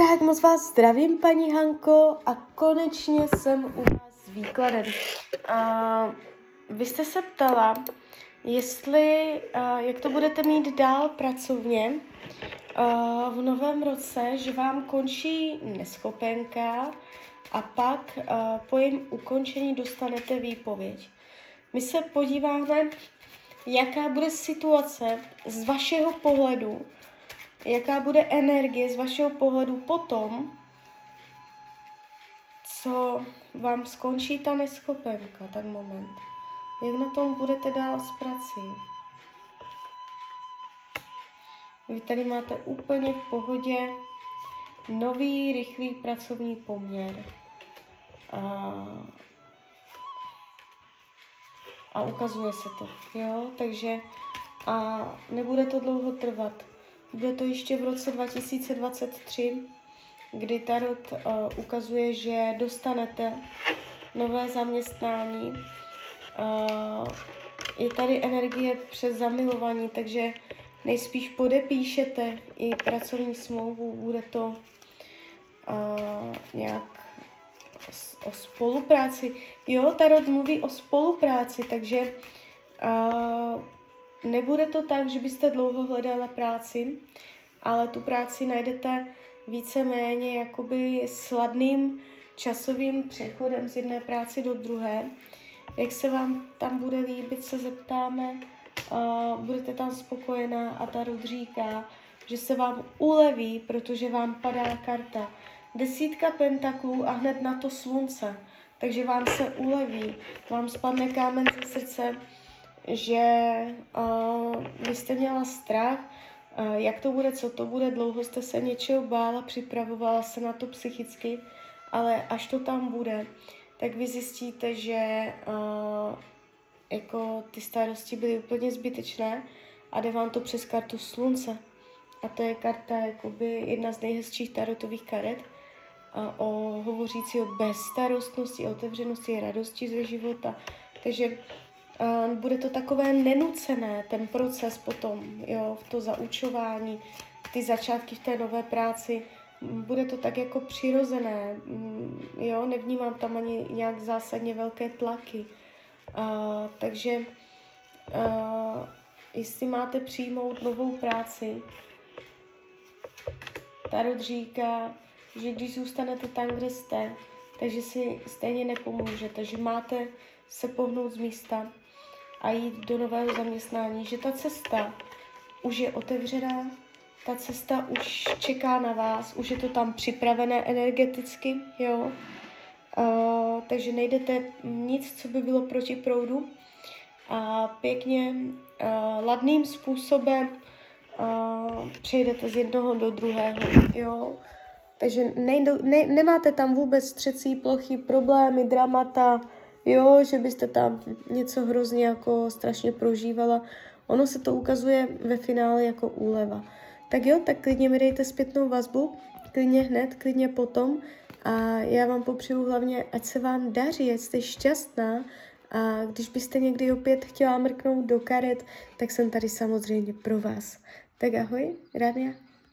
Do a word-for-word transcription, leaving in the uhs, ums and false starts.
Tak moc vás zdravím, paní Hanko, a konečně jsem u vás s výkladem. Uh, vy jste se ptala, jestli, uh, jak to budete mít dál pracovně uh, v novém roce, že vám končí neschopenka a pak uh, po jejím ukončení dostanete výpověď. My se podíváme, jaká bude situace z vašeho pohledu, jaká bude energie z vašeho pohledu potom, co vám skončí ta neschopenka, tak moment. Jak na tom budete dál s prací? Vy tady máte úplně v pohodě nový, rychlý pracovní poměr. A, a ukazuje se to, jo? Takže a nebude to dlouho trvat. Bude to ještě v roce dva tisíce dvacet tři, kdy Tarot uh, ukazuje, že dostanete nové zaměstnání. Uh, je tady energie přes zamilování, takže nejspíš podepíšete i pracovní smlouvu. Bude to uh, nějak o spolupráci. Jo, Tarot mluví o spolupráci, takže uh, nebude to tak, že byste dlouho hledala práci, ale tu práci najdete víceméně jakoby sladným časovým přechodem z jedné práce do druhé. Jak se vám tam bude líbit, se zeptáme, uh, budete tam spokojená a Tarot říká, že se vám uleví, protože vám padá karta desítka pentaklů a hned na to slunce, takže vám se uleví, vám spadne kámen ze srdce, že uh, vy jste měla strach, uh, jak to bude, co to bude, dlouho jste se něčeho bála, připravovala se na to psychicky, ale až to tam bude, tak vy zjistíte, že uh, jako ty starosti byly úplně zbytečné a jde vám to přes kartu slunce. A to je karta jakoby jedna z nejhezčích tarotových karet, uh, o hovořící o bezstarostnosti, otevřenosti, radosti ze života. Takže Uh, bude to takové nenucené, ten proces potom, jo, to zaučování, ty začátky v té nové práci, bude to tak jako přirozené, jo, nevnímám tam ani nějak zásadně velké tlaky. Uh, takže uh, jestli máte přijmout novou práci, Tarot říká, že když zůstanete tam, kde jste, takže si stejně nepomůžete, že máte se pohnout z místa a jít do nového zaměstnání, že ta cesta už je otevřená, ta cesta už čeká na vás, už je to tam připravené energeticky, jo. Uh, takže nejdete nic, co by bylo proti proudu a pěkně uh, ladným způsobem uh, přejdete z jednoho do druhého, jo. Takže nejdo, ne, nemáte tam vůbec třecí plochy, problémy, dramata, jo, že byste tam něco hrozně jako strašně prožívala. Ono se to ukazuje ve finále jako úleva. Tak jo, tak klidně mi dejte zpětnou vazbu, klidně hned, klidně potom. A já vám popřeju hlavně, ať se vám daří, ať jste šťastná. A když byste někdy opět chtěla mrknout do karet, tak jsem tady samozřejmě pro vás. Tak ahoj, Rania.